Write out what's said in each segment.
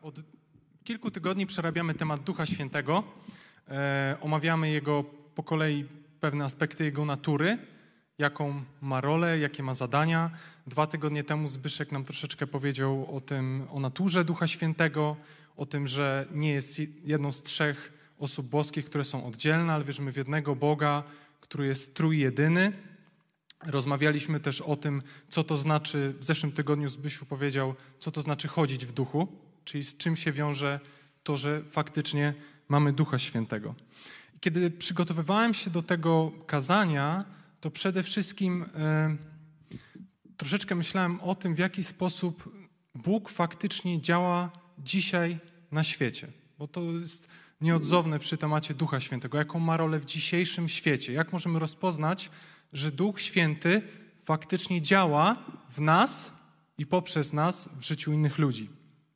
Od kilku tygodni przerabiamy temat Ducha Świętego. Omawiamy po kolei pewne aspekty jego natury, jaką ma rolę, jakie ma zadania. 2 tygodnie temu Zbyszek nam troszeczkę powiedział o naturze Ducha Świętego, o tym, że nie jest jedną z 3 osób boskich, które są oddzielne, ale wierzymy w jednego Boga, który jest trójjedyny. Rozmawialiśmy też o tym, co to znaczy, w zeszłym tygodniu Zbysiu powiedział, co to znaczy chodzić w duchu, czyli z czym się wiąże to, że faktycznie mamy Ducha Świętego. Kiedy przygotowywałem się do tego kazania, to przede wszystkim troszeczkę myślałem o tym, w jaki sposób Bóg faktycznie działa dzisiaj na świecie, bo to jest nieodzowne przy temacie Ducha Świętego. Jaką ma rolę w dzisiejszym świecie? Jak możemy rozpoznać, że Duch Święty faktycznie działa w nas i poprzez nas w życiu innych ludzi?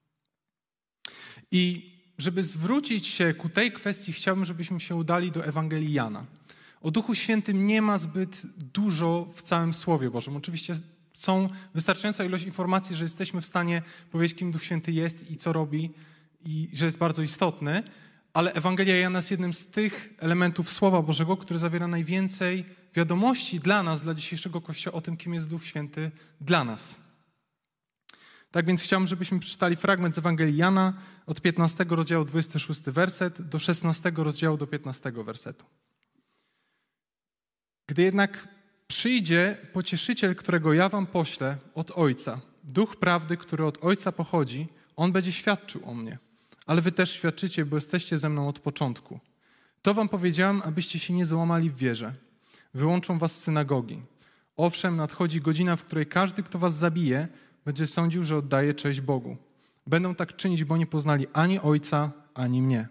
I żeby zwrócić się ku tej kwestii, chciałbym, żebyśmy się udali do Ewangelii Jana. O Duchu Świętym nie ma zbyt dużo w całym Słowie Bożym. Oczywiście są wystarczająca ilość informacji, że jesteśmy w stanie powiedzieć, kim Duch Święty jest i co robi, i że jest bardzo istotny, ale Ewangelia Jana jest jednym z tych elementów Słowa Bożego, który zawiera najwięcej wiadomości dla nas, dla dzisiejszego Kościoła o tym, kim jest Duch Święty dla nas. Tak więc chciałbym, żebyśmy przeczytali fragment z Ewangelii Jana od 15 rozdziału 26 werset do 16 rozdziału do 15 wersetu. Gdy jednak przyjdzie Pocieszyciel, którego ja wam poślę od Ojca, Duch Prawdy, który od Ojca pochodzi, On będzie świadczył o mnie. Ale wy też świadczycie, bo jesteście ze mną od początku. To wam powiedziałem, abyście się nie załamali w wierze. Wyłączą was z synagogi. Owszem, nadchodzi godzina, w której każdy, kto was zabije, będzie sądził, że oddaje cześć Bogu. Będą tak czynić, bo nie poznali ani Ojca, ani mnie.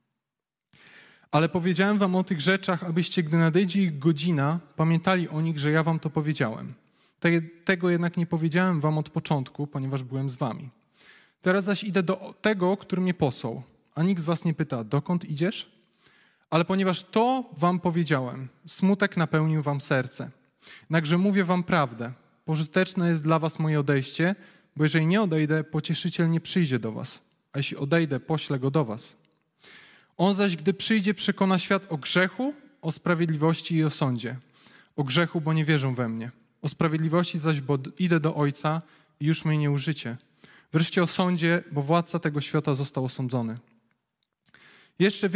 Ale powiedziałem wam o tych rzeczach, abyście, gdy nadejdzie ich godzina, pamiętali o nich, że ja wam to powiedziałem. Tego jednak nie powiedziałem wam od początku, ponieważ byłem z wami. Teraz zaś idę do tego, który mnie posłał. A nikt z was nie pyta, dokąd idziesz? Ale ponieważ to wam powiedziałem, smutek napełnił wam serce. Jednakże mówię wam prawdę. Pożyteczne jest dla was moje odejście, bo jeżeli nie odejdę, Pocieszyciel nie przyjdzie do was. A jeśli odejdę, poślę go do was. On zaś, gdy przyjdzie, przekona świat o grzechu, o sprawiedliwości i o sądzie. O grzechu, bo nie wierzą we mnie. O sprawiedliwości zaś, bo idę do Ojca i już mnie nie użycie. Wreszcie o sądzie, bo władca tego świata został osądzony. Jeszcze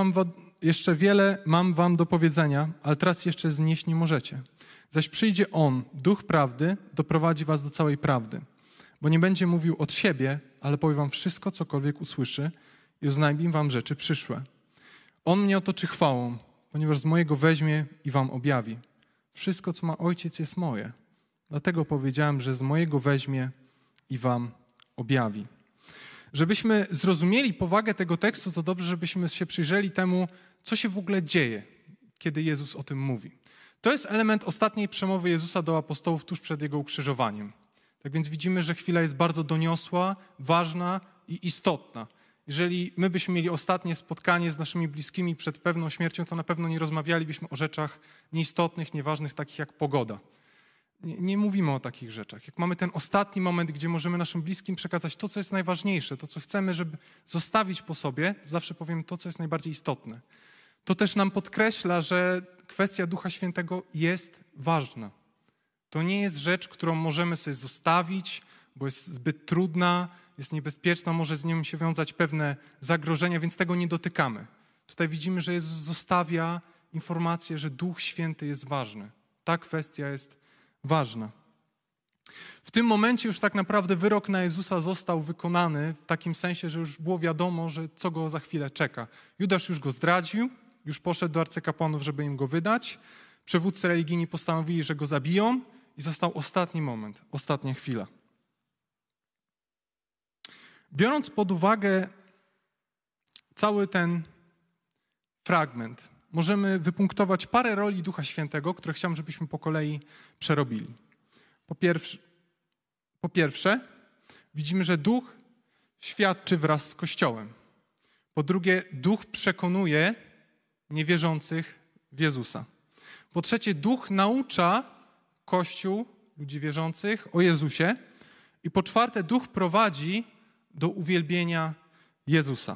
wiele mam wam do powiedzenia, ale teraz jeszcze znieść nie możecie. Zaś przyjdzie On, Duch Prawdy, doprowadzi was do całej prawdy. Bo nie będzie mówił od siebie, ale powie wam wszystko, cokolwiek usłyszy i oznajmi wam rzeczy przyszłe. On mnie otoczy chwałą, ponieważ z mojego weźmie i wam objawi. Wszystko, co ma Ojciec, jest moje. Dlatego powiedziałem, że z mojego weźmie i wam objawi. Żebyśmy zrozumieli powagę tego tekstu, to dobrze, żebyśmy się przyjrzeli temu, co się w ogóle dzieje, kiedy Jezus o tym mówi. To jest element ostatniej przemowy Jezusa do apostołów tuż przed Jego ukrzyżowaniem. Tak więc widzimy, że chwila jest bardzo doniosła, ważna i istotna. Jeżeli my byśmy mieli ostatnie spotkanie z naszymi bliskimi przed pewną śmiercią, to na pewno nie rozmawialibyśmy o rzeczach nieistotnych, nieważnych, takich jak pogoda. Nie mówimy o takich rzeczach. Jak mamy ten ostatni moment, gdzie możemy naszym bliskim przekazać to, co jest najważniejsze, to, co chcemy, żeby zostawić po sobie, zawsze powiem to, co jest najbardziej istotne. To też nam podkreśla, że kwestia Ducha Świętego jest ważna. To nie jest rzecz, którą możemy sobie zostawić, bo jest zbyt trudna, jest niebezpieczna, może z nią się wiązać pewne zagrożenia, więc tego nie dotykamy. Tutaj widzimy, że Jezus zostawia informację, że Duch Święty jest ważny. Ta kwestia jest ważna. W tym momencie już tak naprawdę wyrok na Jezusa został wykonany w takim sensie, że już było wiadomo, że co go za chwilę czeka. Judasz już go zdradził, już poszedł do arcykapłanów, żeby im go wydać. Przywódcy religijni postanowili, że go zabiją i został ostatni moment, ostatnia chwila. Biorąc pod uwagę cały ten fragment, możemy wypunktować parę roli Ducha Świętego, które chciałbym, żebyśmy po kolei przerobili. Po pierwsze, widzimy, że Duch świadczy wraz z Kościołem. Po drugie, Duch przekonuje niewierzących w Jezusa. Po trzecie, Duch naucza Kościół, ludzi wierzących, o Jezusie. I po czwarte, Duch prowadzi do uwielbienia Jezusa.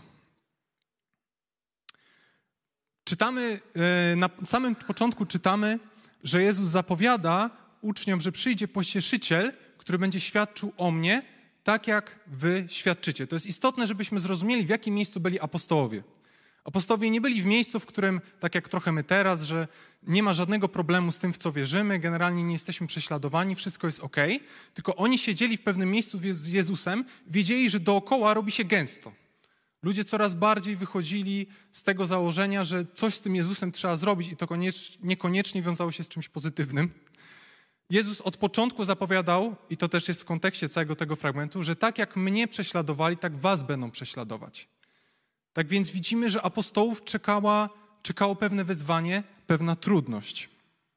Czytamy, na samym początku czytamy, że Jezus zapowiada uczniom, że przyjdzie pocieszyciel, który będzie świadczył o mnie, tak jak wy świadczycie. To jest istotne, żebyśmy zrozumieli, w jakim miejscu byli apostołowie. Apostołowie nie byli w miejscu, w którym, tak jak trochę my teraz, że nie ma żadnego problemu z tym, w co wierzymy, generalnie nie jesteśmy prześladowani, wszystko jest okej, tylko oni siedzieli w pewnym miejscu z Jezusem, wiedzieli, że dookoła robi się gęsto. Ludzie coraz bardziej wychodzili z tego założenia, że coś z tym Jezusem trzeba zrobić i to niekoniecznie wiązało się z czymś pozytywnym. Jezus od początku zapowiadał, i to też jest w kontekście całego tego fragmentu, że tak jak mnie prześladowali, tak was będą prześladować. Tak więc widzimy, że apostołów czekało pewne wyzwanie, pewna trudność.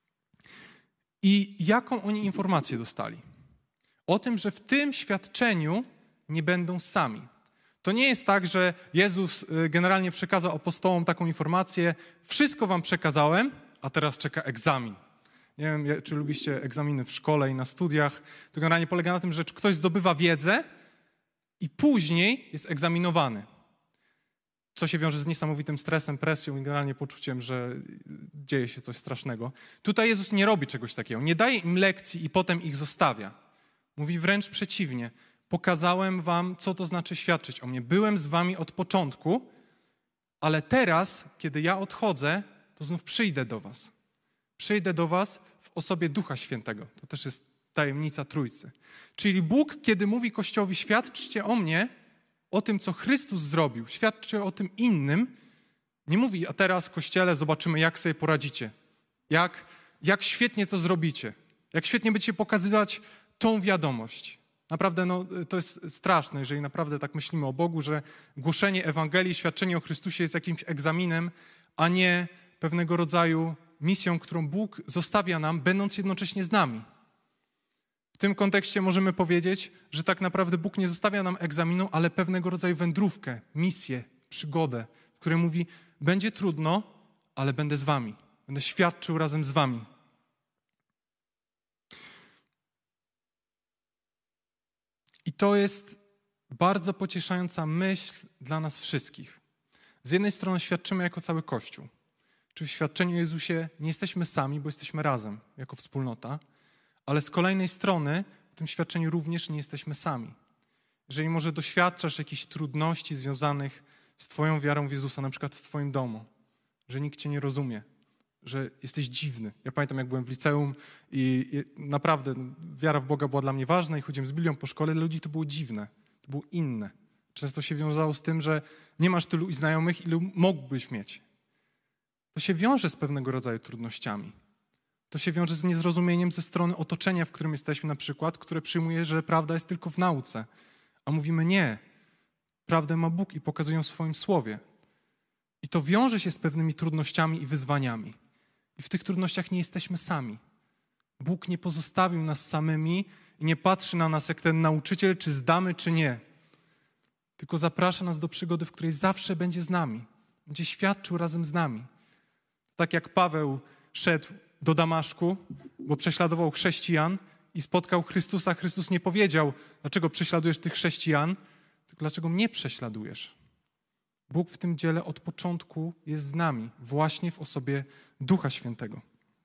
I jaką oni informację dostali? O tym, że w tym świadczeniu nie będą sami. To nie jest tak, że Jezus generalnie przekazał apostołom taką informację, wszystko wam przekazałem, a teraz czeka egzamin. Nie wiem, czy lubicie egzaminy w szkole i na studiach. To generalnie polega na tym, że ktoś zdobywa wiedzę i później jest egzaminowany. Co się wiąże z niesamowitym stresem, presją i generalnie poczuciem, że dzieje się coś strasznego. Tutaj Jezus nie robi czegoś takiego. Nie daje im lekcji i potem ich zostawia. Mówi wręcz przeciwnie. Pokazałem wam, co to znaczy świadczyć o mnie. Byłem z wami od początku, ale teraz, kiedy ja odchodzę, to znów przyjdę do was. Przyjdę do was w osobie Ducha Świętego. To też jest tajemnica Trójcy. Czyli Bóg, kiedy mówi Kościołowi, świadczcie o mnie, o tym, co Chrystus zrobił, świadczcie o tym innym, nie mówi, a teraz, Kościele, zobaczymy, jak sobie poradzicie. Jak świetnie to zrobicie. Jak świetnie będziecie pokazywać tą wiadomość. Naprawdę, to jest straszne, jeżeli naprawdę tak myślimy o Bogu, że głoszenie Ewangelii, świadczenie o Chrystusie jest jakimś egzaminem, a nie pewnego rodzaju misją, którą Bóg zostawia nam, będąc jednocześnie z nami. W tym kontekście możemy powiedzieć, że tak naprawdę Bóg nie zostawia nam egzaminu, ale pewnego rodzaju wędrówkę, misję, przygodę, w której mówi, będzie trudno, ale będę z wami. Będę świadczył razem z wami. I to jest bardzo pocieszająca myśl dla nas wszystkich. Z jednej strony świadczymy jako cały Kościół. Czy w świadczeniu o Jezusie nie jesteśmy sami, bo jesteśmy razem, jako wspólnota, ale z kolejnej strony w tym świadczeniu również nie jesteśmy sami. Jeżeli może doświadczasz jakichś trudności związanych z twoją wiarą w Jezusa, na przykład w twoim domu, że nikt cię nie rozumie, że jesteś dziwny. Ja pamiętam, jak byłem w liceum i naprawdę wiara w Boga była dla mnie ważna i chodziłem z Biblią po szkole, dla ludzi to było dziwne, to było inne. Często się wiązało z tym, że nie masz tylu znajomych, ilu mógłbyś mieć. To się wiąże z pewnego rodzaju trudnościami. To się wiąże z niezrozumieniem ze strony otoczenia, w którym jesteśmy na przykład, które przyjmuje, że prawda jest tylko w nauce. A mówimy nie. Prawdę ma Bóg i pokazuje ją w swoim słowie. I to wiąże się z pewnymi trudnościami i wyzwaniami. I w tych trudnościach nie jesteśmy sami. Bóg nie pozostawił nas samymi i nie patrzy na nas jak ten nauczyciel, czy zdamy, czy nie. Tylko zaprasza nas do przygody, w której zawsze będzie z nami. Będzie świadczył razem z nami. Tak jak Paweł szedł do Damaszku, bo prześladował chrześcijan i spotkał Chrystusa. Chrystus nie powiedział, dlaczego prześladujesz tych chrześcijan, tylko dlaczego mnie prześladujesz. Bóg w tym dziele od początku jest z nami, właśnie w osobie Ducha Świętego.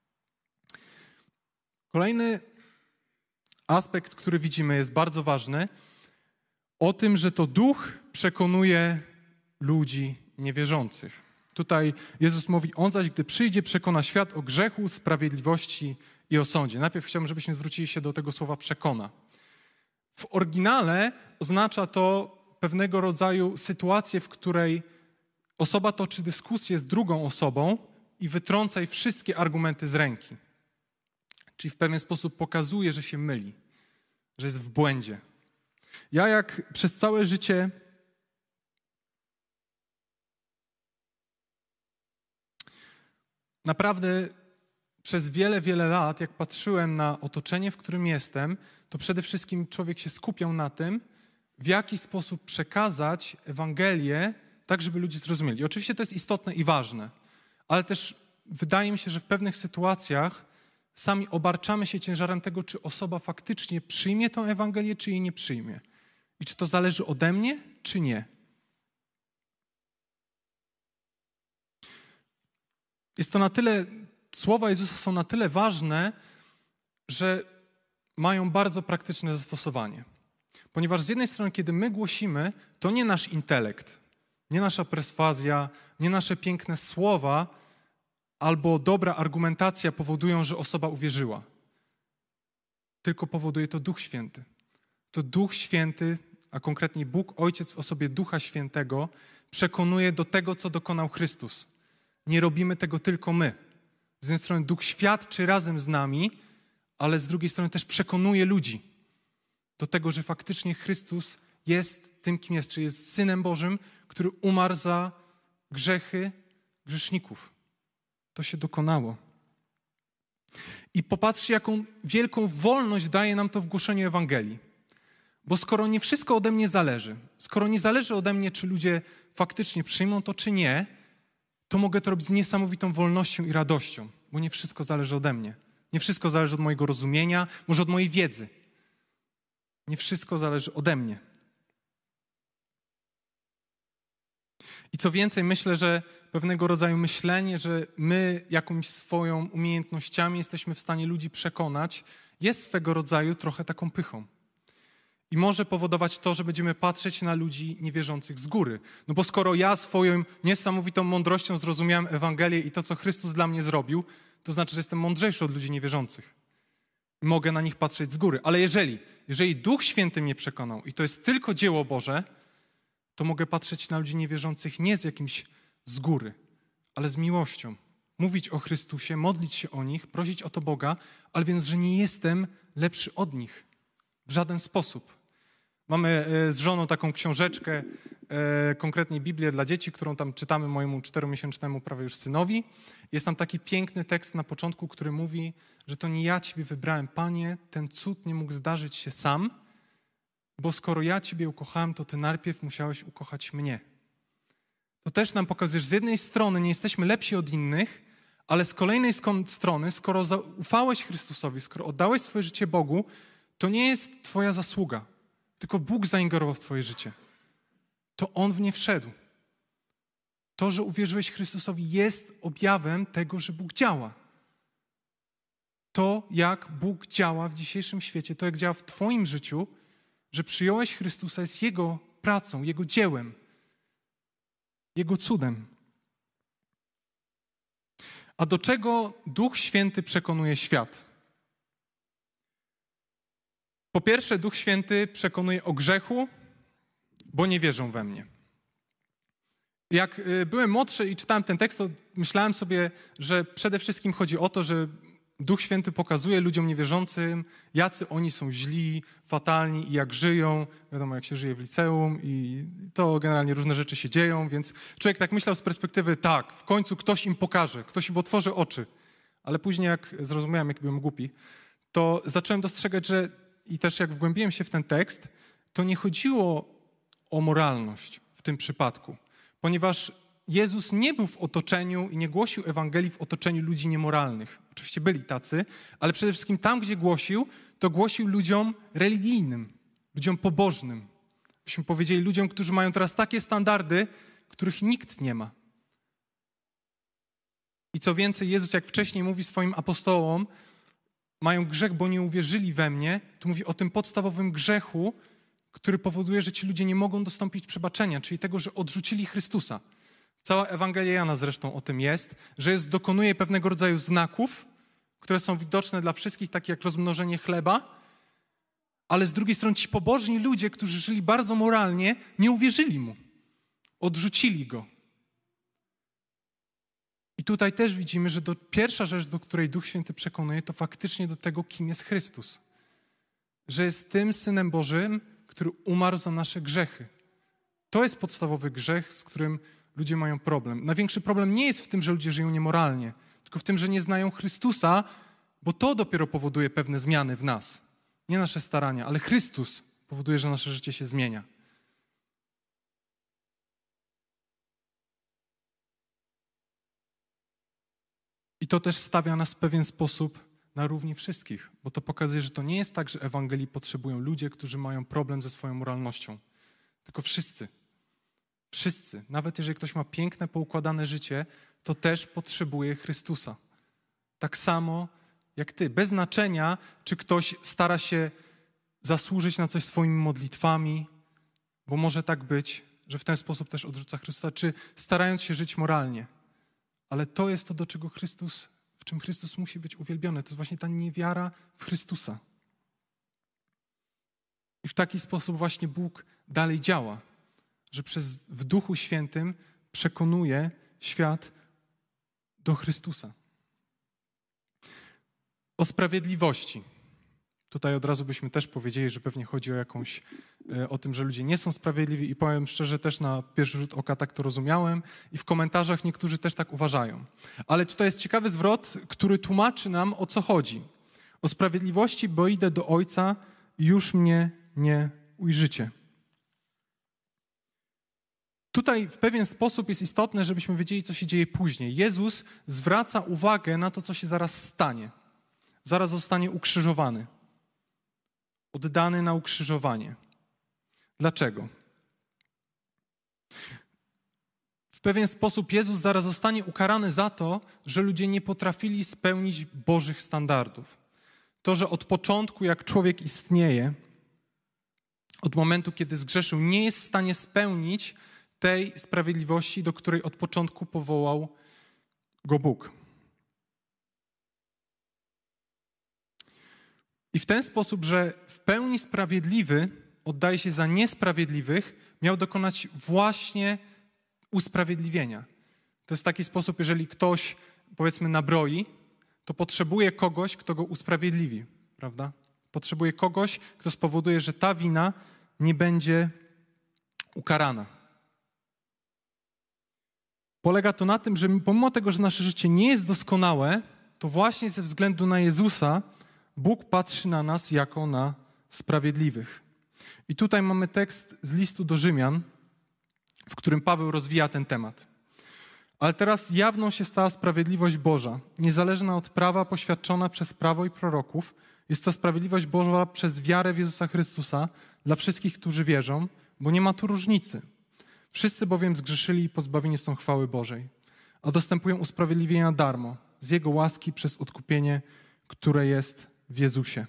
Kolejny aspekt, który widzimy, jest bardzo ważny. O tym, że to Duch przekonuje ludzi niewierzących. Tutaj Jezus mówi, on zaś, gdy przyjdzie, przekona świat o grzechu, sprawiedliwości i o sądzie. Najpierw chciałbym, żebyśmy zwrócili się do tego słowa przekona. W oryginale oznacza to pewnego rodzaju sytuację, w której osoba toczy dyskusję z drugą osobą i wytrąca jej wszystkie argumenty z ręki. Czyli w pewien sposób pokazuje, że się myli, że jest w błędzie. Ja jak przez całe życie naprawdę przez wiele, wiele lat, jak patrzyłem na otoczenie, w którym jestem, to przede wszystkim człowiek się skupiał na tym, w jaki sposób przekazać Ewangelię tak, żeby ludzie zrozumieli. I oczywiście to jest istotne i ważne, ale też wydaje mi się, że w pewnych sytuacjach sami obarczamy się ciężarem tego, czy osoba faktycznie przyjmie tę Ewangelię, czy jej nie przyjmie. I czy to zależy ode mnie, czy nie? Jest to na tyle, słowa Jezusa są na tyle ważne, że mają bardzo praktyczne zastosowanie. Ponieważ z jednej strony, kiedy my głosimy, to nie nasz intelekt, nie nasza perswazja, nie nasze piękne słowa albo dobra argumentacja powodują, że osoba uwierzyła. Tylko powoduje to Duch Święty. To Duch Święty, a konkretniej Bóg Ojciec w osobie Ducha Świętego przekonuje do tego, co dokonał Chrystus. Nie robimy tego tylko my. Z jednej strony Duch świadczy razem z nami, ale z drugiej strony też przekonuje ludzi do tego, że faktycznie Chrystus jest tym, kim jest, czyli jest Synem Bożym, który umarł za grzechy grzeszników. To się dokonało. I popatrzcie, jaką wielką wolność daje nam to w głoszeniu Ewangelii. Bo skoro nie wszystko ode mnie zależy, skoro nie zależy ode mnie, czy ludzie faktycznie przyjmą to, czy nie, to mogę to robić z niesamowitą wolnością i radością, bo nie wszystko zależy ode mnie. Nie wszystko zależy od mojego rozumienia, może od mojej wiedzy. Nie wszystko zależy ode mnie. I co więcej, myślę, że pewnego rodzaju myślenie, że my jakąś swoją umiejętnościami jesteśmy w stanie ludzi przekonać, jest swego rodzaju trochę taką pychą. I może powodować to, że będziemy patrzeć na ludzi niewierzących z góry. No bo skoro ja swoją niesamowitą mądrością zrozumiałem Ewangelię i to, co Chrystus dla mnie zrobił, to znaczy, że jestem mądrzejszy od ludzi niewierzących. I mogę na nich patrzeć z góry. Ale jeżeli Duch Święty mnie przekonał i to jest tylko dzieło Boże, to mogę patrzeć na ludzi niewierzących nie z jakimś z góry, ale z miłością. Mówić o Chrystusie, modlić się o nich, prosić o to Boga, ale więc, że nie jestem lepszy od nich w żaden sposób. Mamy z żoną taką książeczkę, konkretnie Biblię dla dzieci, którą tam czytamy mojemu 4-miesięcznemu prawie już synowi. Jest tam taki piękny tekst na początku, który mówi, że to nie ja Ciebie wybrałem, Panie, ten cud nie mógł zdarzyć się sam, bo skoro ja Ciebie ukochałem, to Ty najpierw musiałeś ukochać mnie. To też nam pokazuje, że z jednej strony nie jesteśmy lepsi od innych, ale z kolejnej strony, skoro zaufałeś Chrystusowi, skoro oddałeś swoje życie Bogu, to nie jest Twoja zasługa, tylko Bóg zaingerował w Twoje życie. To On w nie wszedł. To, że uwierzyłeś Chrystusowi, jest objawem tego, że Bóg działa. To, jak Bóg działa w dzisiejszym świecie, to, jak działa w Twoim życiu, że przyjąłeś Chrystusa, jest Jego pracą, Jego dziełem, Jego cudem. A do czego Duch Święty przekonuje świat? Po pierwsze, Duch Święty przekonuje o grzechu, bo nie wierzą we mnie. Jak byłem młodszy i czytałem ten tekst, to myślałem sobie, że przede wszystkim chodzi o to, że Duch Święty pokazuje ludziom niewierzącym, jacy oni są źli, fatalni i jak żyją. Wiadomo, jak się żyje w liceum i to generalnie różne rzeczy się dzieją, więc człowiek tak myślał z perspektywy, tak, w końcu ktoś im pokaże, ktoś im otworzy oczy. Ale później jak zrozumiałem, jak byłem głupi, to zacząłem dostrzegać, że i też jak wgłębiłem się w ten tekst, to nie chodziło o moralność w tym przypadku, ponieważ Jezus nie był w otoczeniu i nie głosił Ewangelii w otoczeniu ludzi niemoralnych. Oczywiście byli tacy, ale przede wszystkim tam, gdzie głosił, to głosił ludziom religijnym, ludziom pobożnym. Byśmy powiedzieli ludziom, którzy mają teraz takie standardy, których nikt nie ma. I co więcej, Jezus, jak wcześniej mówi swoim apostołom, mają grzech, bo nie uwierzyli we mnie, to mówi o tym podstawowym grzechu, który powoduje, że ci ludzie nie mogą dostąpić przebaczenia, czyli tego, że odrzucili Chrystusa. Cała Ewangelia Jana zresztą o tym jest, że Jezus dokonuje pewnego rodzaju znaków, które są widoczne dla wszystkich, takie jak rozmnożenie chleba, ale z drugiej strony ci pobożni ludzie, którzy żyli bardzo moralnie, nie uwierzyli Mu. Odrzucili Go. I tutaj też widzimy, że pierwsza rzecz, do której Duch Święty przekonuje, to faktycznie do tego, kim jest Chrystus. Że jest tym Synem Bożym, który umarł za nasze grzechy. To jest podstawowy grzech, z którym ludzie mają problem. Największy problem nie jest w tym, że ludzie żyją niemoralnie, tylko w tym, że nie znają Chrystusa, bo to dopiero powoduje pewne zmiany w nas. Nie nasze starania, ale Chrystus powoduje, że nasze życie się zmienia. I to też stawia nas w pewien sposób na równi wszystkich, bo to pokazuje, że to nie jest tak, że Ewangelii potrzebują ludzie, którzy mają problem ze swoją moralnością, tylko wszyscy. Wszyscy. Nawet jeżeli ktoś ma piękne, poukładane życie, to też potrzebuje Chrystusa. Tak samo jak ty. Bez znaczenia, czy ktoś stara się zasłużyć na coś swoimi modlitwami, bo może tak być, że w ten sposób też odrzuca Chrystusa, czy starając się żyć moralnie. Ale to jest to, w czym Chrystus musi być uwielbiony. To jest właśnie ta niewiara w Chrystusa. I w taki sposób właśnie Bóg dalej działa, że w Duchu Świętym przekonuje świat do Chrystusa. O sprawiedliwości. Tutaj od razu byśmy też powiedzieli, że pewnie chodzi o tym, że ludzie nie są sprawiedliwi i powiem szczerze, też na pierwszy rzut oka tak to rozumiałem i w komentarzach niektórzy też tak uważają. Ale tutaj jest ciekawy zwrot, który tłumaczy nam, o co chodzi. O sprawiedliwości, bo idę do Ojca i już mnie nie ujrzycie. Tutaj w pewien sposób jest istotne, żebyśmy wiedzieli, co się dzieje później. Jezus zwraca uwagę na to, co się zaraz stanie. Zaraz zostanie ukrzyżowany. Oddany na ukrzyżowanie. Dlaczego? W pewien sposób Jezus zaraz zostanie ukarany za to, że ludzie nie potrafili spełnić Bożych standardów. To, że od początku, jak człowiek istnieje, od momentu, kiedy zgrzeszył, nie jest w stanie spełnić tej sprawiedliwości, do której od początku powołał go Bóg. I w ten sposób, że w pełni sprawiedliwy oddaje się za niesprawiedliwych, miał dokonać właśnie usprawiedliwienia. To jest taki sposób, jeżeli ktoś, powiedzmy, nabroi, to potrzebuje kogoś, kto go usprawiedliwi, prawda? Potrzebuje kogoś, kto spowoduje, że ta wina nie będzie ukarana. Polega to na tym, że pomimo tego, że nasze życie nie jest doskonałe, to właśnie ze względu na Jezusa Bóg patrzy na nas jako na sprawiedliwych. I tutaj mamy tekst z listu do Rzymian, w którym Paweł rozwija ten temat. Ale teraz jawną się stała sprawiedliwość Boża, niezależna od prawa, poświadczona przez prawo i proroków. Jest to sprawiedliwość Boża przez wiarę w Jezusa Chrystusa dla wszystkich, którzy wierzą, bo nie ma tu różnicy. Wszyscy bowiem zgrzeszyli i pozbawieni są chwały Bożej, a dostępują usprawiedliwienia darmo, z Jego łaski przez odkupienie, które jest w Jezusie.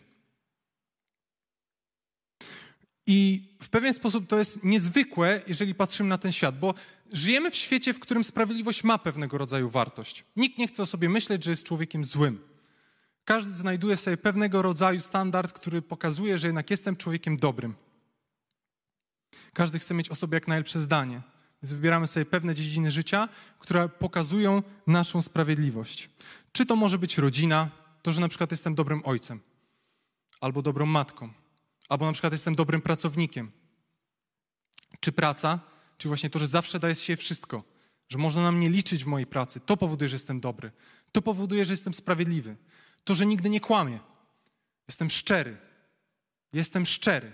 I w pewien sposób to jest niezwykłe, jeżeli patrzymy na ten świat, bo żyjemy w świecie, w którym sprawiedliwość ma pewnego rodzaju wartość. Nikt nie chce o sobie myśleć, że jest człowiekiem złym. Każdy znajduje sobie pewnego rodzaju standard, który pokazuje, że jednak jestem człowiekiem dobrym. Każdy chce mieć o sobie jak najlepsze zdanie. Więc wybieramy sobie pewne dziedziny życia, które pokazują naszą sprawiedliwość. Czy to może być rodzina, to, że na przykład jestem dobrym ojcem, albo dobrą matką, albo na przykład jestem dobrym pracownikiem. Czy praca, czy właśnie to, że zawsze daje się wszystko, że można na mnie liczyć w mojej pracy, to powoduje, że jestem dobry. To powoduje, że jestem sprawiedliwy. To, że nigdy nie kłamię. Jestem szczery. Jestem szczery.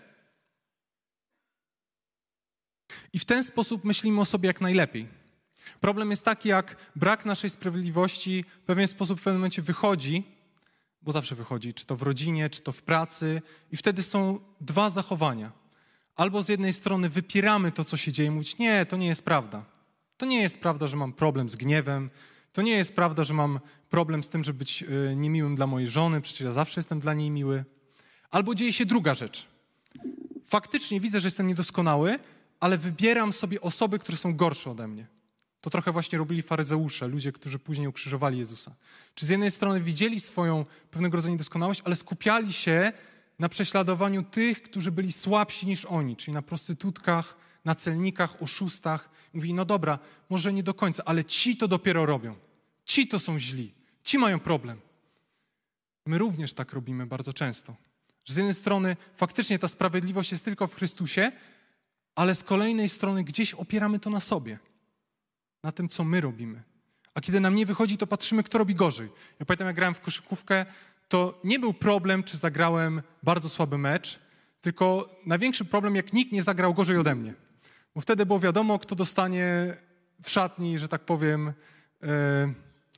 I w ten sposób myślimy o sobie jak najlepiej. Problem jest taki, jak brak naszej sprawiedliwości w pewien sposób w pewnym momencie wychodzi, bo zawsze wychodzi, czy to w rodzinie, czy to w pracy i wtedy są dwa zachowania. Albo z jednej strony wypieramy to, co się dzieje, mówić, nie, to nie jest prawda. To nie jest prawda, że mam problem z gniewem, to nie jest prawda, że mam problem z tym, żeby być niemiłym dla mojej żony, przecież ja zawsze jestem dla niej miły. Albo dzieje się druga rzecz. Faktycznie widzę, że jestem niedoskonały, ale wybieram sobie osoby, które są gorsze ode mnie. To trochę właśnie robili faryzeusze, ludzie, którzy później ukrzyżowali Jezusa. Czy z jednej strony widzieli swoją pewnego rodzaju niedoskonałość, ale skupiali się na prześladowaniu tych, którzy byli słabsi niż oni, czyli na prostytutkach, na celnikach, oszustach. Mówili, no dobra, może nie do końca, ale ci to dopiero robią. Ci to są źli. Ci mają problem. My również tak robimy bardzo często. Że z jednej strony faktycznie ta sprawiedliwość jest tylko w Chrystusie, ale z kolejnej strony gdzieś opieramy to na sobie. Na tym, co my robimy. A kiedy nam nie wychodzi, to patrzymy, kto robi gorzej. Ja pamiętam, jak grałem w koszykówkę, to nie był problem, czy zagrałem bardzo słaby mecz, tylko największy problem, jak nikt nie zagrał gorzej ode mnie. Bo wtedy było wiadomo, kto dostanie w szatni, że tak powiem,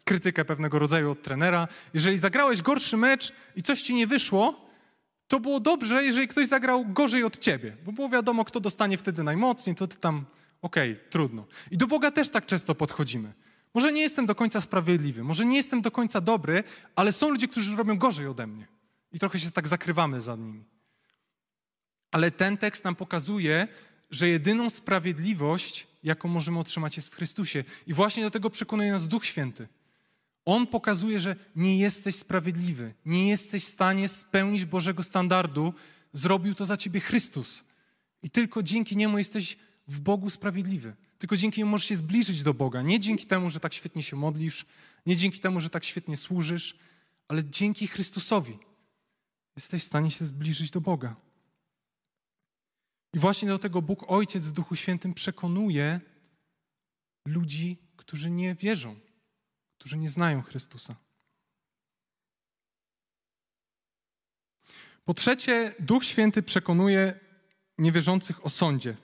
krytykę pewnego rodzaju od trenera. Jeżeli zagrałeś gorszy mecz i coś ci nie wyszło, to było dobrze, jeżeli ktoś zagrał gorzej od ciebie, bo było wiadomo, kto dostanie wtedy najmocniej, to ty tam, trudno. I do Boga też tak często podchodzimy. Może nie jestem do końca sprawiedliwy, może nie jestem do końca dobry, ale są ludzie, którzy robią gorzej ode mnie. I trochę się tak zakrywamy za nimi. Ale ten tekst nam pokazuje, że jedyną sprawiedliwość, jaką możemy otrzymać, jest w Chrystusie. I właśnie do tego przekonuje nas Duch Święty. On pokazuje, że nie jesteś sprawiedliwy, nie jesteś w stanie spełnić Bożego standardu. Zrobił to za ciebie Chrystus. I tylko dzięki Niemu jesteś w Bogu sprawiedliwy. Tylko dzięki Niemu możesz się zbliżyć do Boga. Nie dzięki temu, że tak świetnie się modlisz, nie dzięki temu, że tak świetnie służysz, ale dzięki Chrystusowi jesteś w stanie się zbliżyć do Boga. I właśnie do tego Bóg Ojciec w Duchu Świętym przekonuje ludzi, którzy nie wierzą, którzy nie znają Chrystusa. Po trzecie, Duch Święty przekonuje niewierzących o sądzie.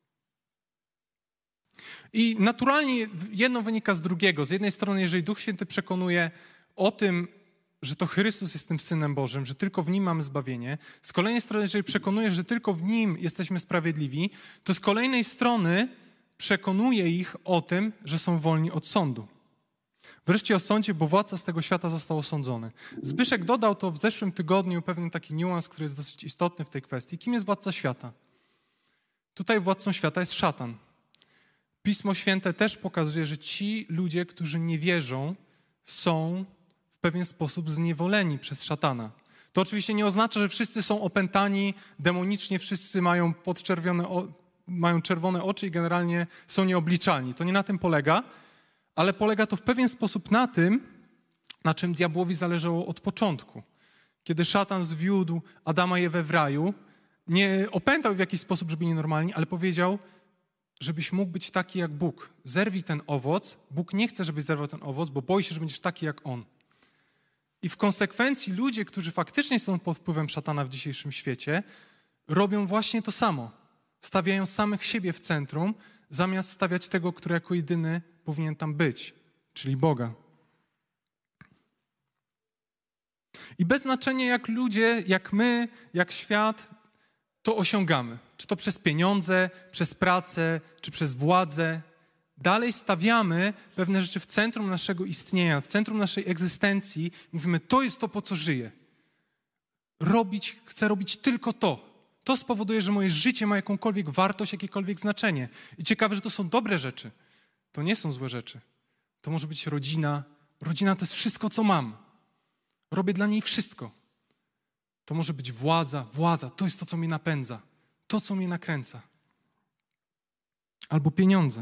I naturalnie jedno wynika z drugiego. Z jednej strony, jeżeli Duch Święty przekonuje o tym, że to Chrystus jest tym Synem Bożym, że tylko w Nim mamy zbawienie. Z kolejnej strony, jeżeli przekonuje, że tylko w Nim jesteśmy sprawiedliwi, to z kolejnej strony przekonuje ich o tym, że są wolni od sądu. Wreszcie o sądzie, bo władca z tego świata został osądzony. Zbyszek dodał to w zeszłym tygodniu pewien taki niuans, który jest dosyć istotny w tej kwestii. Kim jest władca świata? Tutaj władcą świata jest szatan. Pismo Święte też pokazuje, że ci ludzie, którzy nie wierzą, są w pewien sposób zniewoleni przez szatana. To oczywiście nie oznacza, że wszyscy są opętani demonicznie, wszyscy mają mają czerwone oczy i generalnie są nieobliczalni. To nie na tym polega, ale polega to w pewien sposób na tym, na czym diabłowi zależało od początku. Kiedy szatan zwiódł Adama i Ewę w raju, nie opętał w jakiś sposób, żeby nienormalni, ale powiedział, żebyś mógł być taki jak Bóg. Zerwij ten owoc. Bóg nie chce, żebyś zerwał ten owoc, bo boi się, że będziesz taki jak On. I w konsekwencji ludzie, którzy faktycznie są pod wpływem szatana w dzisiejszym świecie, robią właśnie to samo. Stawiają samych siebie w centrum, zamiast stawiać tego, który jako jedyny powinien tam być, czyli Boga. I bez znaczenia jak ludzie, jak my, jak świat, to osiągamy. Czy to przez pieniądze, przez pracę, czy przez władzę. Dalej stawiamy pewne rzeczy w centrum naszego istnienia, w centrum naszej egzystencji. Mówimy, to jest to, po co żyję. Chcę robić tylko to. To spowoduje, że moje życie ma jakąkolwiek wartość, jakiekolwiek znaczenie. I ciekawe, że to są dobre rzeczy. To nie są złe rzeczy. To może być rodzina. Rodzina to jest wszystko, co mam. Robię dla niej wszystko. To może być władza. Władza to jest to, co mnie napędza. To, co mnie nakręca. Albo pieniądze.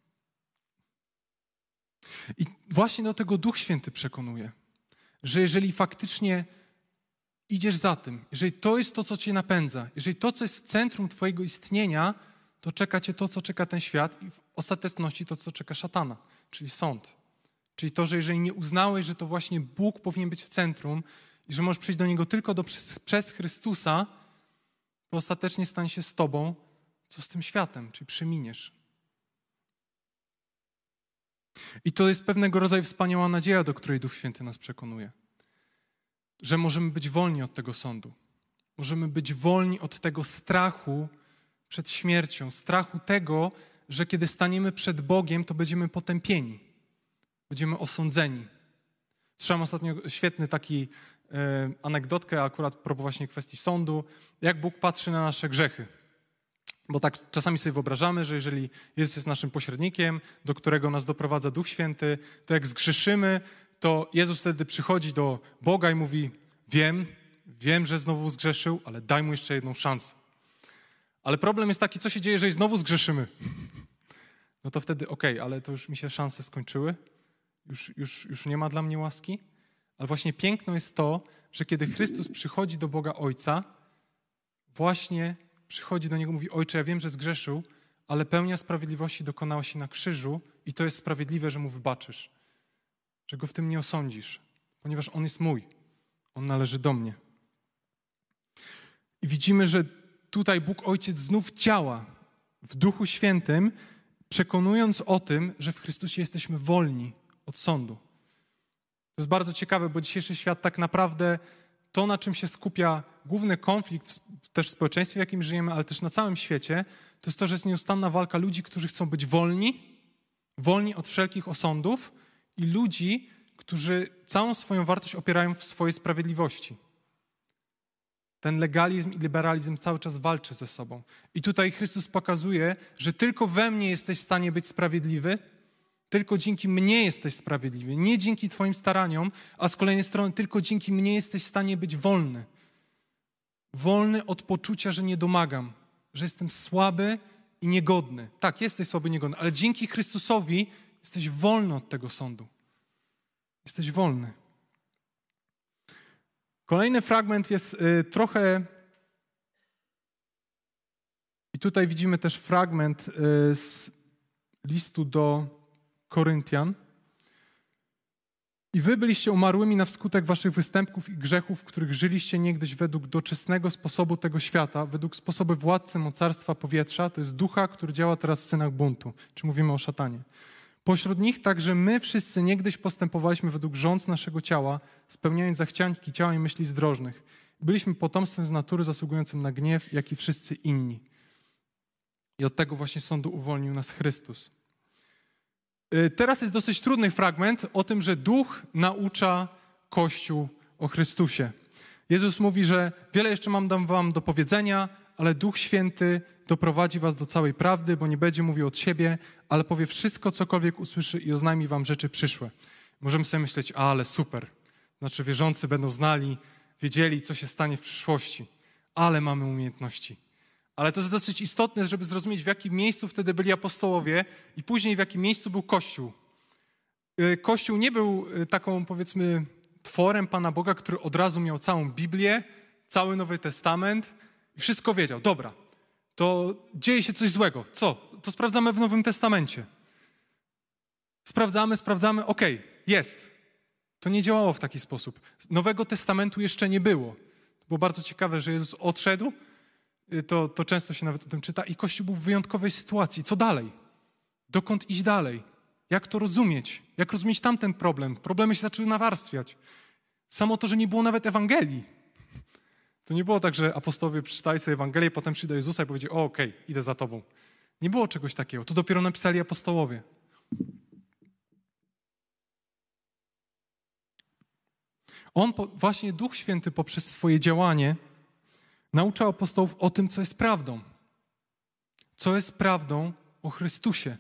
I właśnie do tego Duch Święty przekonuje, że jeżeli faktycznie idziesz za tym, jeżeli to jest to, co cię napędza, jeżeli to, co jest w centrum twojego istnienia, to czeka cię to, co czeka ten świat i w ostateczności to, co czeka szatana, czyli sąd. Czyli to, że jeżeli nie uznałeś, że to właśnie Bóg powinien być w centrum i że możesz przyjść do Niego tylko przez Chrystusa, to ostatecznie stanie się z tobą, co z tym światem, czyli przeminiesz. I to jest pewnego rodzaju wspaniała nadzieja, do której Duch Święty nas przekonuje. Że możemy być wolni od tego sądu. Możemy być wolni od tego strachu przed śmiercią, strachu tego, że kiedy staniemy przed Bogiem, to będziemy potępieni. Będziemy osądzeni. Słyszałem ostatnio świetny taki anegdotkę akurat propos właśnie kwestii sądu, jak Bóg patrzy na nasze grzechy. Bo tak czasami sobie wyobrażamy, że jeżeli Jezus jest naszym pośrednikiem, do którego nas doprowadza Duch Święty, to jak zgrzeszymy, to Jezus wtedy przychodzi do Boga i mówi, wiem, że znowu zgrzeszył, ale daj mu jeszcze jedną szansę. Ale problem jest taki, co się dzieje, jeżeli znowu zgrzeszymy? No to wtedy ale to już mi się szanse skończyły, już nie ma dla mnie łaski. Ale właśnie piękno jest to, że kiedy Chrystus przychodzi do Boga Ojca, właśnie przychodzi do Niego i mówi, Ojcze, ja wiem, że zgrzeszył, ale pełnia sprawiedliwości dokonała się na krzyżu i to jest sprawiedliwe, że Mu wybaczysz. Że Go w tym nie osądzisz, ponieważ On jest mój. On należy do mnie. I widzimy, że tutaj Bóg Ojciec znów działa w Duchu Świętym, przekonując o tym, że w Chrystusie jesteśmy wolni od sądu. To jest bardzo ciekawe, bo dzisiejszy świat tak naprawdę to, na czym się skupia główny konflikt też w społeczeństwie, w jakim żyjemy, ale też na całym świecie, to jest to, że jest nieustanna walka ludzi, którzy chcą być wolni od wszelkich osądów i ludzi, którzy całą swoją wartość opierają w swojej sprawiedliwości. Ten legalizm i liberalizm cały czas walczy ze sobą. I tutaj Chrystus pokazuje, że tylko we mnie jesteś w stanie być sprawiedliwy, tylko dzięki mnie jesteś sprawiedliwy, nie dzięki twoim staraniom, a z kolejnej strony tylko dzięki mnie jesteś w stanie być wolny. Wolny od poczucia, że nie domagam, że jestem słaby i niegodny. Tak, jesteś słaby i niegodny, ale dzięki Chrystusowi jesteś wolny od tego sądu. Jesteś wolny. Kolejny fragment jest trochę... I tutaj widzimy też fragment z listu do Koryntian. I wy byliście umarłymi na wskutek waszych występków i grzechów, w których żyliście niegdyś według doczesnego sposobu tego świata, według sposobu władcy mocarstwa powietrza, to jest ducha, który działa teraz w synach buntu, czy mówimy o szatanie. Pośród nich także my wszyscy niegdyś postępowaliśmy według rządz naszego ciała, spełniając zachcianki ciała i myśli zdrożnych. Byliśmy potomstwem z natury zasługującym na gniew, jak i wszyscy inni. I od tego właśnie sądu uwolnił nas Chrystus. Teraz jest dosyć trudny fragment o tym, że Duch naucza Kościół o Chrystusie. Jezus mówi, że wiele jeszcze mam wam do powiedzenia, ale Duch Święty doprowadzi was do całej prawdy, bo nie będzie mówił od siebie, ale powie wszystko, cokolwiek usłyszy i oznajmi wam rzeczy przyszłe. Możemy sobie myśleć, ale super. Znaczy wierzący będą znali, wiedzieli, co się stanie w przyszłości. Ale mamy umiejętności. Ale to jest dosyć istotne, żeby zrozumieć, w jakim miejscu wtedy byli apostołowie i później w jakim miejscu był Kościół. Kościół nie był taką, powiedzmy, tworem Pana Boga, który od razu miał całą Biblię, cały Nowy Testament i wszystko wiedział. Dobra, to dzieje się coś złego. Co? To sprawdzamy w Nowym Testamencie. Sprawdzamy, okej, jest. To nie działało w taki sposób. Nowego Testamentu jeszcze nie było. To było bardzo ciekawe, że Jezus odszedł, to często się nawet o tym czyta i Kościół był w wyjątkowej sytuacji. Co dalej? Dokąd iść dalej? Jak to rozumieć? Jak rozumieć tamten problem? Problemy się zaczęły nawarstwiać. Samo to, że nie było nawet Ewangelii. To nie było tak, że apostołowie przeczytali sobie Ewangelię, potem przyjdą do Jezusa i powiedzieli, okej, idę za tobą. Nie było czegoś takiego. To dopiero napisali apostołowie. Właśnie Duch Święty poprzez swoje działanie nauczał apostołów o tym, co jest prawdą. Co jest prawdą o Chrystusie.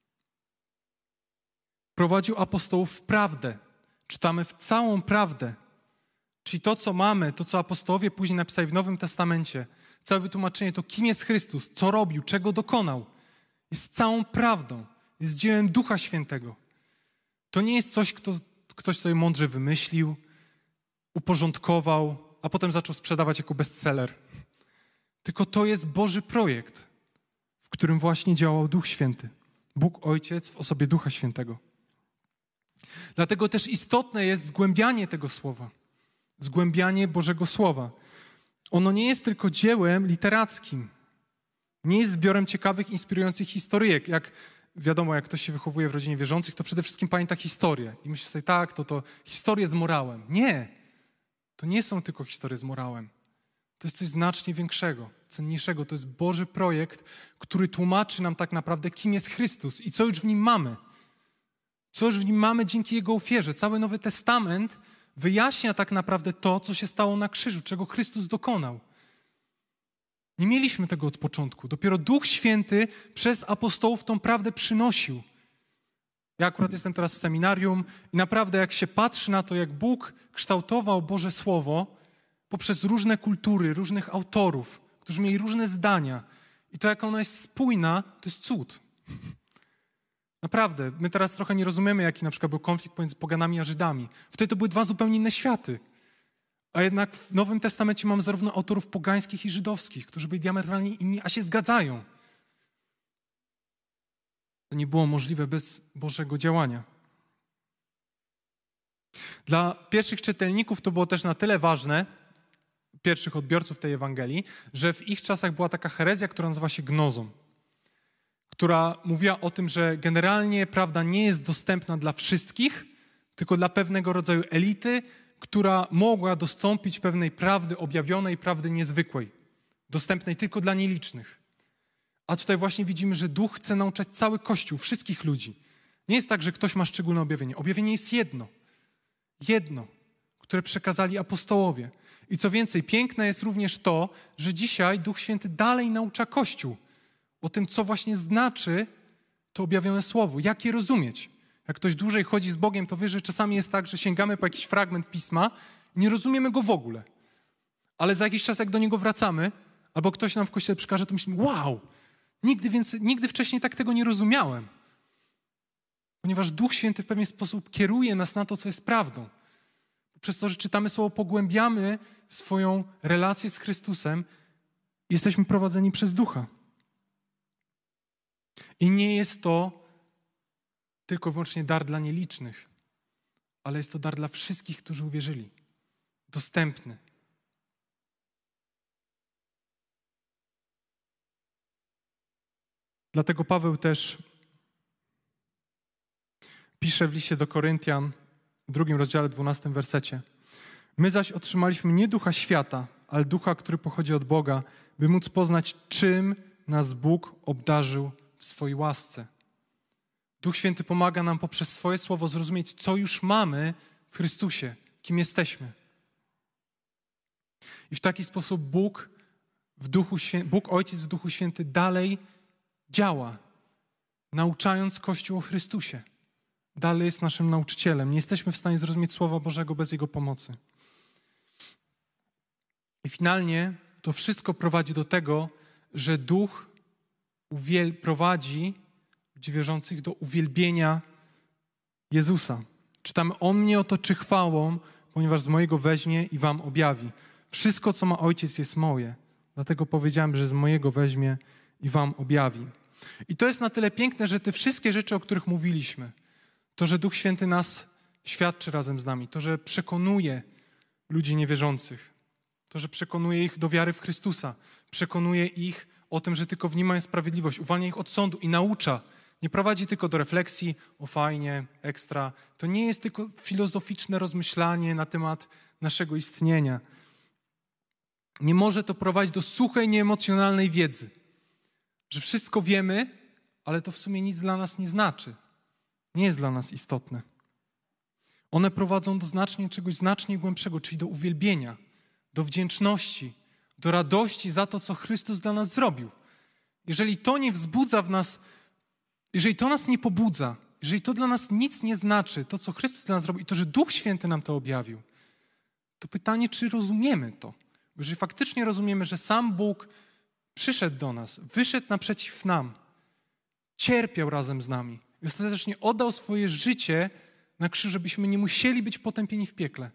Prowadził apostołów w prawdę. Czytamy w całą prawdę. Czyli to, co mamy, to, co apostołowie później napisali w Nowym Testamencie, całe wytłumaczenie, to kim jest Chrystus, co robił, czego dokonał, jest całą prawdą. Jest dziełem Ducha Świętego. To nie jest coś, ktoś sobie mądrze wymyślił, uporządkował, a potem zaczął sprzedawać jako bestseller. Tylko to jest Boży projekt, w którym właśnie działał Duch Święty. Bóg Ojciec w osobie Ducha Świętego. Dlatego też istotne jest zgłębianie tego słowa. Zgłębianie Bożego Słowa. Ono nie jest tylko dziełem literackim. Nie jest zbiorem ciekawych, inspirujących historyjek. Jak wiadomo, jak ktoś się wychowuje w rodzinie wierzących, to przede wszystkim pamięta historię. I myśli sobie, tak, to historie z morałem. Nie. To nie są tylko historie z morałem. To jest coś znacznie większego, cenniejszego. To jest Boży projekt, który tłumaczy nam tak naprawdę, kim jest Chrystus i co już w Nim mamy. Co już w Nim mamy dzięki Jego ofierze. Cały Nowy Testament wyjaśnia tak naprawdę to, co się stało na krzyżu, czego Chrystus dokonał. Nie mieliśmy tego od początku. Dopiero Duch Święty przez apostołów tą prawdę przynosił. Ja akurat jestem teraz w seminarium i naprawdę jak się patrzy na to, jak Bóg kształtował Boże Słowo poprzez różne kultury, różnych autorów, którzy mieli różne zdania i to, jak ono jest spójna, to jest cud. Naprawdę, my teraz trochę nie rozumiemy, jaki na przykład był konflikt pomiędzy poganami a Żydami. Wtedy to były dwa zupełnie inne światy. A jednak w Nowym Testamencie mamy zarówno autorów pogańskich i żydowskich, którzy byli diametralnie inni, a się zgadzają. To nie było możliwe bez Bożego działania. Dla pierwszych czytelników to było też na tyle ważne, pierwszych odbiorców tej Ewangelii, że w ich czasach była taka herezja, która nazywa się gnozą, która mówiła o tym, że generalnie prawda nie jest dostępna dla wszystkich, tylko dla pewnego rodzaju elity, która mogła dostąpić pewnej prawdy objawionej, prawdy niezwykłej, dostępnej tylko dla nielicznych. A tutaj właśnie widzimy, że Duch chce nauczać cały Kościół, wszystkich ludzi. Nie jest tak, że ktoś ma szczególne objawienie. Objawienie jest jedno, które przekazali apostołowie. I co więcej, piękne jest również to, że dzisiaj Duch Święty dalej naucza Kościół o tym, co właśnie znaczy to objawione słowo, jak je rozumieć. Jak ktoś dłużej chodzi z Bogiem, to wie, że czasami jest tak, że sięgamy po jakiś fragment Pisma i nie rozumiemy go w ogóle. Ale za jakiś czas, jak do niego wracamy, albo ktoś nam w Kościele przekaże, to myślimy, wow, nigdy wcześniej tak tego nie rozumiałem. Ponieważ Duch Święty w pewien sposób kieruje nas na to, co jest prawdą. Przez to, że czytamy Słowo, pogłębiamy swoją relację z Chrystusem i jesteśmy prowadzeni przez Ducha. I nie jest to tylko i wyłącznie dar dla nielicznych, ale jest to dar dla wszystkich, którzy uwierzyli. Dostępny. Dlatego Paweł też pisze w liście do Koryntian, w 2 rozdziale, 12 wersecie. My zaś otrzymaliśmy nie ducha świata, ale ducha, który pochodzi od Boga, by móc poznać, czym nas Bóg obdarzył w swojej łasce. Duch Święty pomaga nam poprzez swoje słowo zrozumieć, co już mamy w Chrystusie, kim jesteśmy. I w taki sposób Bóg Ojciec w Duchu Święty dalej działa, nauczając Kościół o Chrystusie. Dalej jest naszym nauczycielem. Nie jesteśmy w stanie zrozumieć Słowa Bożego bez Jego pomocy. I finalnie to wszystko prowadzi do tego, że Duch prowadzi ludzi wierzących do uwielbienia Jezusa. Czytamy, On mnie otoczy chwałą, ponieważ z mojego weźmie i wam objawi. Wszystko, co ma Ojciec, jest moje. Dlatego powiedziałem, że z mojego weźmie i wam objawi. I to jest na tyle piękne, że te wszystkie rzeczy, o których mówiliśmy, to, że Duch Święty nas świadczy razem z nami, to, że przekonuje ludzi niewierzących, to, że przekonuje ich do wiary w Chrystusa, przekonuje ich o tym, że tylko w Nim mają sprawiedliwość, uwalnia ich od sądu i naucza. Nie prowadzi tylko do refleksji, o fajnie, ekstra. To nie jest tylko filozoficzne rozmyślanie na temat naszego istnienia. Nie może to prowadzić do suchej, nieemocjonalnej wiedzy, że wszystko wiemy, ale to w sumie nic dla nas nie znaczy. Nie jest dla nas istotne. One prowadzą do czegoś znacznie głębszego, czyli do uwielbienia, do wdzięczności, do radości za to, co Chrystus dla nas zrobił. Jeżeli to nie wzbudza w nas, jeżeli to nas nie pobudza, jeżeli to dla nas nic nie znaczy, to, co Chrystus dla nas zrobił i to, że Duch Święty nam to objawił, to pytanie, czy rozumiemy to? Bo jeżeli faktycznie rozumiemy, że sam Bóg przyszedł do nas, wyszedł naprzeciw nam, cierpiał razem z nami i ostatecznie oddał swoje życie na krzyż, żebyśmy nie musieli być potępieni w piekle,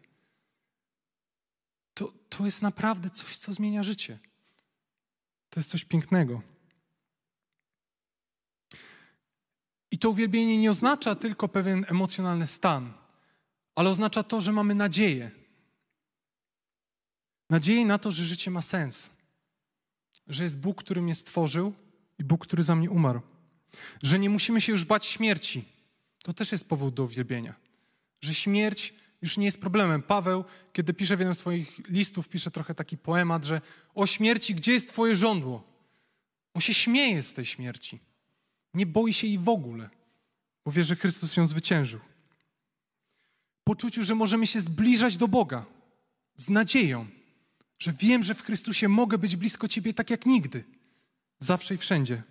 to jest naprawdę coś, co zmienia życie. To jest coś pięknego. I to uwielbienie nie oznacza tylko pewien emocjonalny stan, ale oznacza to, że mamy nadzieję. Nadzieję na to, że życie ma sens. Że jest Bóg, który mnie stworzył i Bóg, który za mnie umarł. Że nie musimy się już bać śmierci. To też jest powód do uwielbienia. Że śmierć już nie jest problemem. Paweł, kiedy pisze w jednym z swoich listów, pisze trochę taki poemat, że o śmierci, gdzie jest twoje żądło? On się śmieje z tej śmierci. Nie boi się jej w ogóle, bo wie, że Chrystus ją zwyciężył. Poczuciu, że możemy się zbliżać do Boga z nadzieją, że wiem, że w Chrystusie mogę być blisko Ciebie tak jak nigdy, zawsze i wszędzie.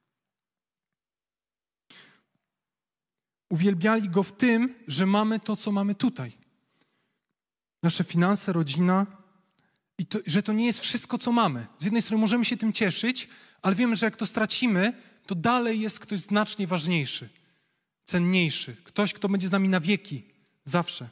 Uwielbiali Go w tym, że mamy to, co mamy tutaj. Nasze finanse, rodzina i to, że to nie jest wszystko, co mamy. Z jednej strony możemy się tym cieszyć, ale wiemy, że jak to stracimy, to dalej jest ktoś znacznie ważniejszy, cenniejszy. Ktoś, kto będzie z nami na wieki, zawsze.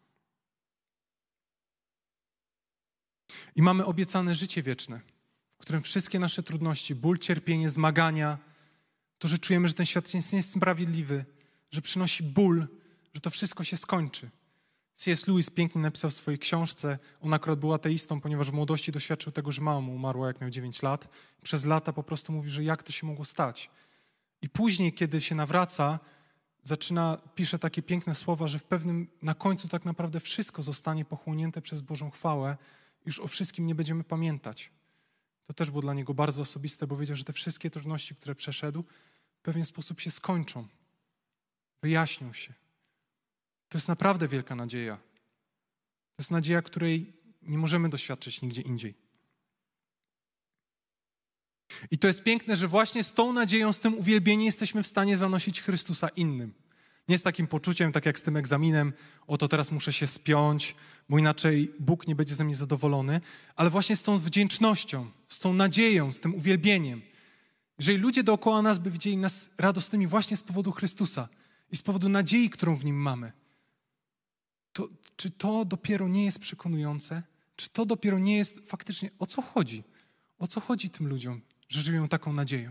I mamy obiecane życie wieczne, w którym wszystkie nasze trudności, ból, cierpienie, zmagania, to, że czujemy, że ten świat jest niesprawiedliwy, że przynosi ból, że to wszystko się skończy. C.S. Lewis pięknie napisał w swojej książce, on akurat był ateistą, ponieważ w młodości doświadczył tego, że mama mu umarła, jak miał 9 lat. Przez lata po prostu mówi, że jak to się mogło stać. I później, kiedy się nawraca, pisze takie piękne słowa, że na końcu tak naprawdę wszystko zostanie pochłonięte przez Bożą chwałę. Już o wszystkim nie będziemy pamiętać. To też było dla niego bardzo osobiste, bo wiedział, że te wszystkie trudności, które przeszedł, w pewien sposób się skończą. Wyjaśnią się. To jest naprawdę wielka nadzieja. To jest nadzieja, której nie możemy doświadczyć nigdzie indziej. I to jest piękne, że właśnie z tą nadzieją, z tym uwielbieniem jesteśmy w stanie zanosić Chrystusa innym. Nie z takim poczuciem, tak jak z tym egzaminem, oto teraz muszę się spiąć, bo inaczej Bóg nie będzie ze mnie zadowolony, ale właśnie z tą wdzięcznością, z tą nadzieją, z tym uwielbieniem. Jeżeli ludzie dookoła nas by widzieli nas radosnymi właśnie z powodu Chrystusa i z powodu nadziei, którą w Nim mamy, to czy to dopiero nie jest przekonujące? Czy to dopiero nie jest faktycznie, o co chodzi? O co chodzi tym ludziom, że żyją taką nadzieją?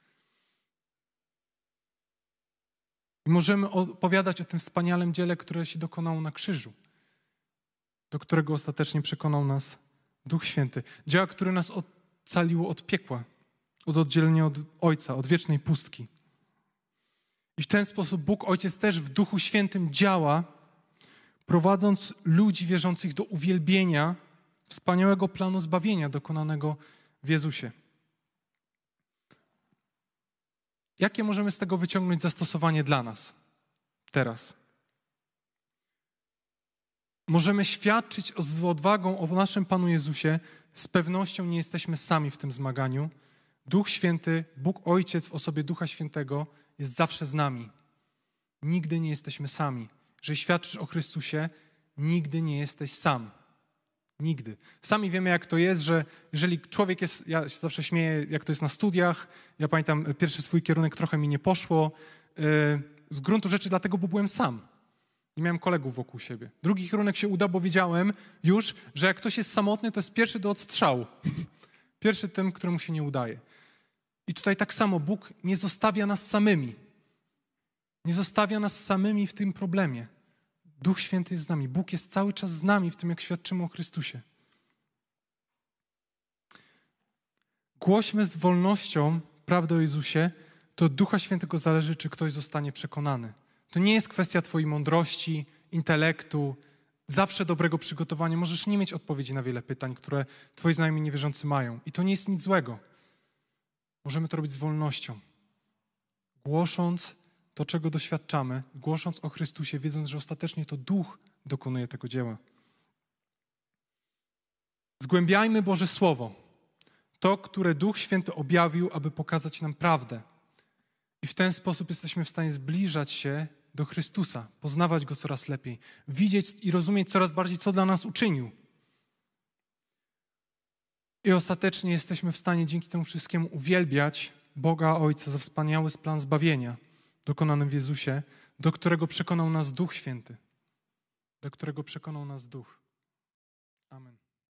I możemy opowiadać o tym wspaniałym dziele, które się dokonało na krzyżu, do którego ostatecznie przekonał nas Duch Święty. Dzieła, które nas ocaliło od piekła, od oddzielenia od Ojca, od wiecznej pustki. I w ten sposób Bóg Ojciec też w Duchu Świętym działa, prowadząc ludzi wierzących do uwielbienia wspaniałego planu zbawienia dokonanego w Jezusie. Jakie możemy z tego wyciągnąć zastosowanie dla nas teraz? Możemy świadczyć z odwagą o naszym Panu Jezusie. Z pewnością nie jesteśmy sami w tym zmaganiu. Duch Święty, Bóg Ojciec w osobie Ducha Świętego jest zawsze z nami. Nigdy nie jesteśmy sami. Jeżeli świadczysz o Chrystusie, nigdy nie jesteś sam. Nigdy. Sami wiemy, jak to jest, że jeżeli człowiek jest, ja się zawsze śmieję, jak to jest na studiach, ja pamiętam pierwszy swój kierunek, trochę mi nie poszło, z gruntu rzeczy dlatego, bo byłem sam. Nie miałem kolegów wokół siebie. Drugi kierunek się uda, bo wiedziałem już, że jak ktoś jest samotny, to jest pierwszy do odstrzału. Pierwszy tym, któremu się nie udaje. I tutaj tak samo Bóg nie zostawia nas samymi. Nie zostawia nas samymi w tym problemie. Duch Święty jest z nami. Bóg jest cały czas z nami w tym, jak świadczymy o Chrystusie. Głośmy z wolnością prawdę o Jezusie, to od Ducha Świętego zależy, czy ktoś zostanie przekonany. To nie jest kwestia twojej mądrości, intelektu, zawsze dobrego przygotowania. Możesz nie mieć odpowiedzi na wiele pytań, które twoi znajomi niewierzący mają. I to nie jest nic złego. Możemy to robić z wolnością. Głosząc to, czego doświadczamy, głosząc o Chrystusie, wiedząc, że ostatecznie to Duch dokonuje tego dzieła. Zgłębiajmy Boże Słowo. To, które Duch Święty objawił, aby pokazać nam prawdę. I w ten sposób jesteśmy w stanie zbliżać się do Chrystusa, poznawać Go coraz lepiej, widzieć i rozumieć coraz bardziej, co dla nas uczynił. I ostatecznie jesteśmy w stanie dzięki temu wszystkiemu uwielbiać Boga Ojca za wspaniały plan zbawienia dokonany w Jezusie, do którego przekonał nas Duch Święty. Do którego przekonał nas Duch. Amen.